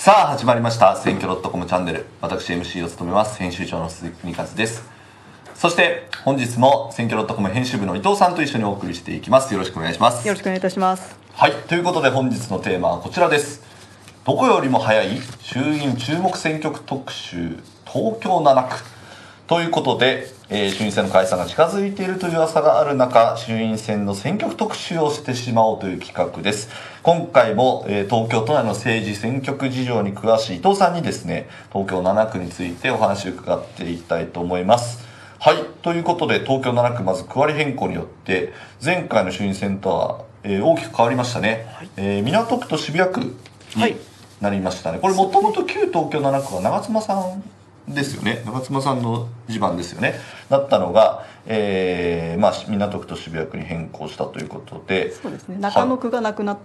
さあ始まりました選挙 .com チャンネル。私 MC を務めます編集長の鈴木邦和です。そして本日も選挙 .com 編集部の伊藤さんと一緒にお送りしていきます。よろしくお願いします。 よろしくお願いいたします。 はい、ということで本日のテーマはこちらです。どこよりも早い衆院注目選挙区特集、東京7区ということで、衆院選の解散が近づいているという噂がある中、衆院選の選挙区特集をしてしまおうという企画です。今回も、東京都内の政治選挙区事情に詳しい伊藤さんにですね、東京7区についてお話を伺っていきたいと思います。はい、ということで東京7区、まず区割り変更によって前回の衆院選とは、大きく変わりましたね。港区と渋谷区になりましたね。これもともと旧東京7区は長妻さんですよね。長妻さんの地盤ですよね。だったのが、港区と渋谷区に変更したということで、 そうですね。中野区がなくなって、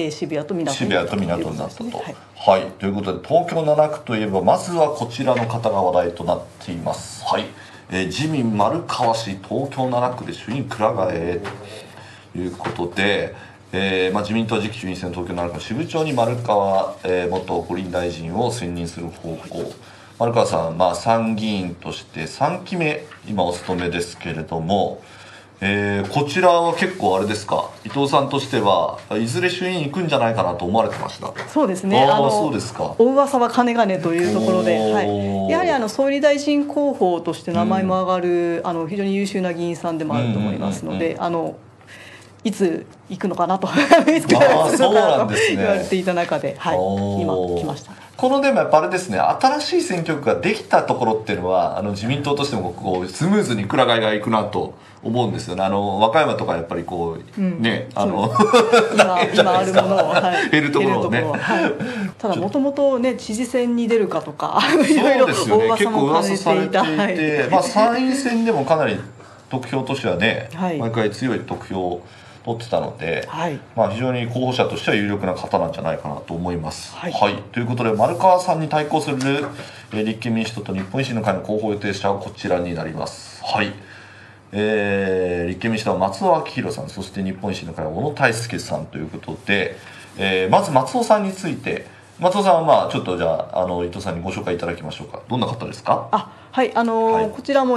渋谷と港になったと。 はい、ということで東京7区といえばまずはこちらの方が話題となっています。はい、自民丸川氏東京7区で衆院くら替えということで、自民党次期衆院選の東京7区の支部長に丸川、元五輪大臣を選任する方向。丸川さん、参議院として3期目今お務めですけれども、こちらは結構あれですか、伊藤さんとしてはいずれ衆院行くんじゃないかなと思われてました？ そうですね。 そうですか。 お噂はかねがねというところで、やはり総理大臣候補として名前も上がる、非常に優秀な議員さんでもあると思いますので、いつ行くのかなといつからするのかなと言われていた中で、今来ました。 このでもやっぱあれですね、新しい選挙区ができたところっていうのは自民党としてもこうスムーズにくら替えがいくなと思うんですよね。和歌山とかやっぱりこう、ね、 今あるものを、 減るところをね、 ただもともとね知事選に出るかとかいろいろ大噂も噂されていて、参院選でもかなり得票としてはね、毎回強い得票を取ってたので、非常に候補者としては有力な方なんじゃないかなと思います。ということで丸川さんに対抗する立憲民主党と日本維新の会の候補予定者はこちらになります。立憲民主党は松尾明弘さん、そして日本維新の会は小野泰輔さんということで、まず松尾さんについて、松尾さんはちょっとじゃあ伊藤さんにご紹介いただきましょうか。どんな方ですか？ こちらも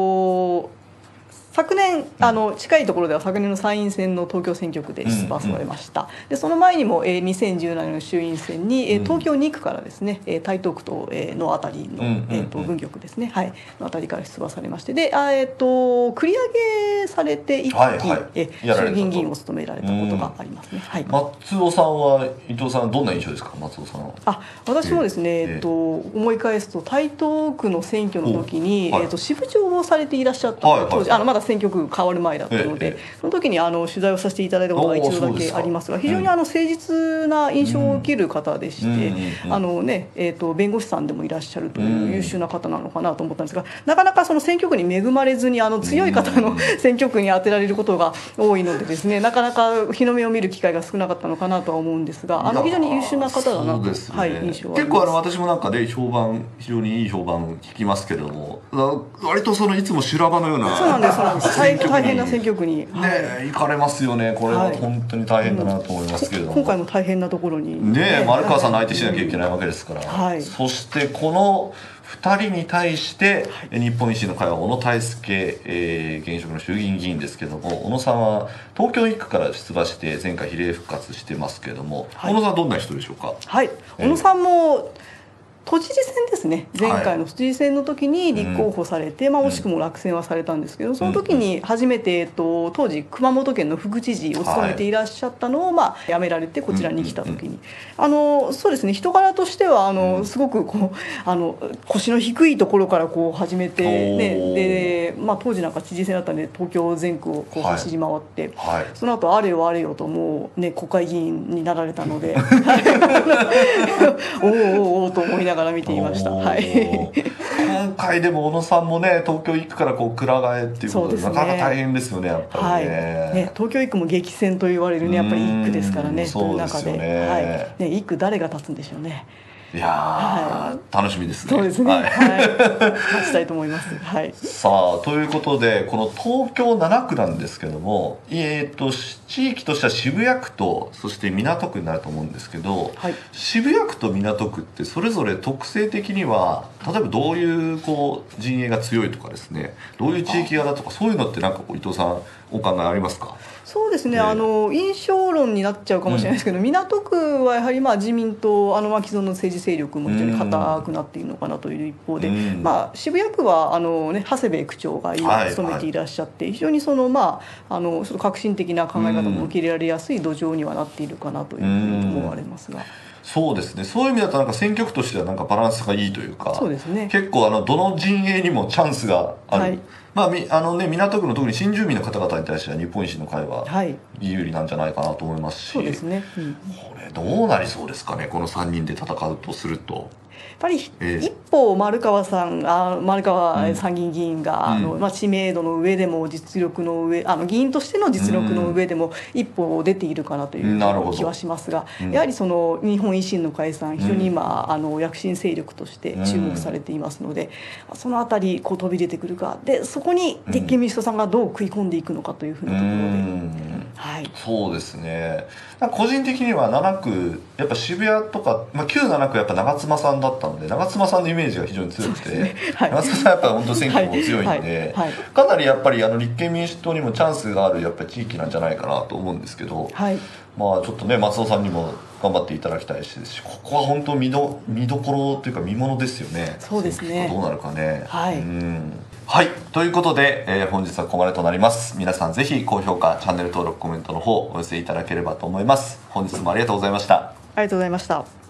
昨年近いところでは昨年の参院選の東京選挙区で出馬されました。でその前にも2017年の衆院選に東京2区からですね、台東区とのあたりの文京区ですね、のあたりから出馬されまして、で繰り上げされて一期衆議院議員を務められたことがありますね。 松尾さんは伊藤さんどんな印象ですか？松尾さんは。 私もですね、思い返すと台東区の選挙の時に支部長をされていらっしゃった当時まだ選挙区変わる前だったので、その時に取材をさせていただいたことが一度だけありますが、非常に誠実な印象を受ける方でして、弁護士さんでもいらっしゃるという優秀な方なのかなと思ったんですが、なかなかその選挙区に恵まれずに強い方の選挙区に当てられることが多いのでですね、なかなか日の目を見る機会が少なかったのかなとは思うんですが、非常に優秀な方だなと、印象はあります。 結構私もなんかで非常にいい評判を聞きますけれども、割といつも修羅場のような。 そうなんです。大変な選挙区に行かれますよね。これは本当に大変だなと思いますけれども、 今回も大変なところに丸川さんの相手しなきゃいけないわけですから、そしてこの2人に対して日本維新の会は小野泰輔、現職の衆議院議員ですけれども、小野さんは東京1区から出馬して前回比例復活してますけれども、小野さんはどんな人でしょうか？ 小野さんも都知事選ですね、前回の都知事選の時に立候補されて、惜しくも落選はされたんですけど、その時に初めて、当時熊本県の副知事を務めていらっしゃったのを、辞められてこちらに来た時に、そうですね、人柄としてはすごく腰の低いところから始めて、で当時なんか知事選だったんで東京全区を走り回って、その後あれよあれよともうね国会議員になられたのでおおと思いながら見ていました。 今回でも小野さんもね東京1区からくら替えっていうことで、なかなか大変ですよね、やっぱりね。 東京1区も激戦と言われるね、やっぱり1区ですからね。という中で1区誰が立つんでしょうね。 いやー、楽しみですね。 そうですね。はい。待ちたいと思います。はい。 さあ、ということでこの東京7区なんですけども、地域としては渋谷区とそして港区になると思うんですけど、 はい、 渋谷区と港区ってそれぞれ特性的には例えばどういう陣営が強いとかですね、どういう地域柄とかそういうのってなんか伊藤さんお考えありますか？ そうですね、印象論になっちゃうかもしれないですけど、港区はやはり自民党既存の政治勢力も非常に固くなっているのかなという一方で、渋谷区は長谷部区長が今務めていらっしゃって、非常にその革新的な考え方も受け入れられやすい土壌にはなっているかなというふうに思われますが。 そうですね、そういう意味だとなんか選挙区としてはなんかバランスがいいというか、 そうですね、 結構どの陣営にもチャンスがある、港区の特に新住民の方々に対しては日本維新の会は有利なんじゃないかなと思いますし、 そうですね、 これどうなりそうですかね、この3人で戦うとすると。 やっぱり一方丸川参議院議員が知名度の上でも実力の上議員としての実力の上でも一歩出ているかなという気はしますが、やはりその日本維新の会さん非常に今躍進勢力として注目されていますので、そのあたり飛び出てくるかで、そこに立憲民主党さんがどう食い込んでいくのかというふうなところで。 そうですね、個人的には7区やっぱ渋谷とか、旧7区やっぱ長妻さんだったので、長妻さんのイメージが非常に強くて、長妻さんやっぱ本当選挙も強いんで、かなりやっぱり立憲民主党にもチャンスがあるやっぱり地域なんじゃないかなと思うんですけど、ちょっとね松尾さんにも頑張っていただきたいし、ここは本当見どころというか見ものですよね。 そうですね、 どうなるかね。はい、ということで、本日はここまでとなります。皆さんぜひ高評価、チャンネル登録、コメントの方お寄せいただければと思います。本日もありがとうございました。 ありがとうございました。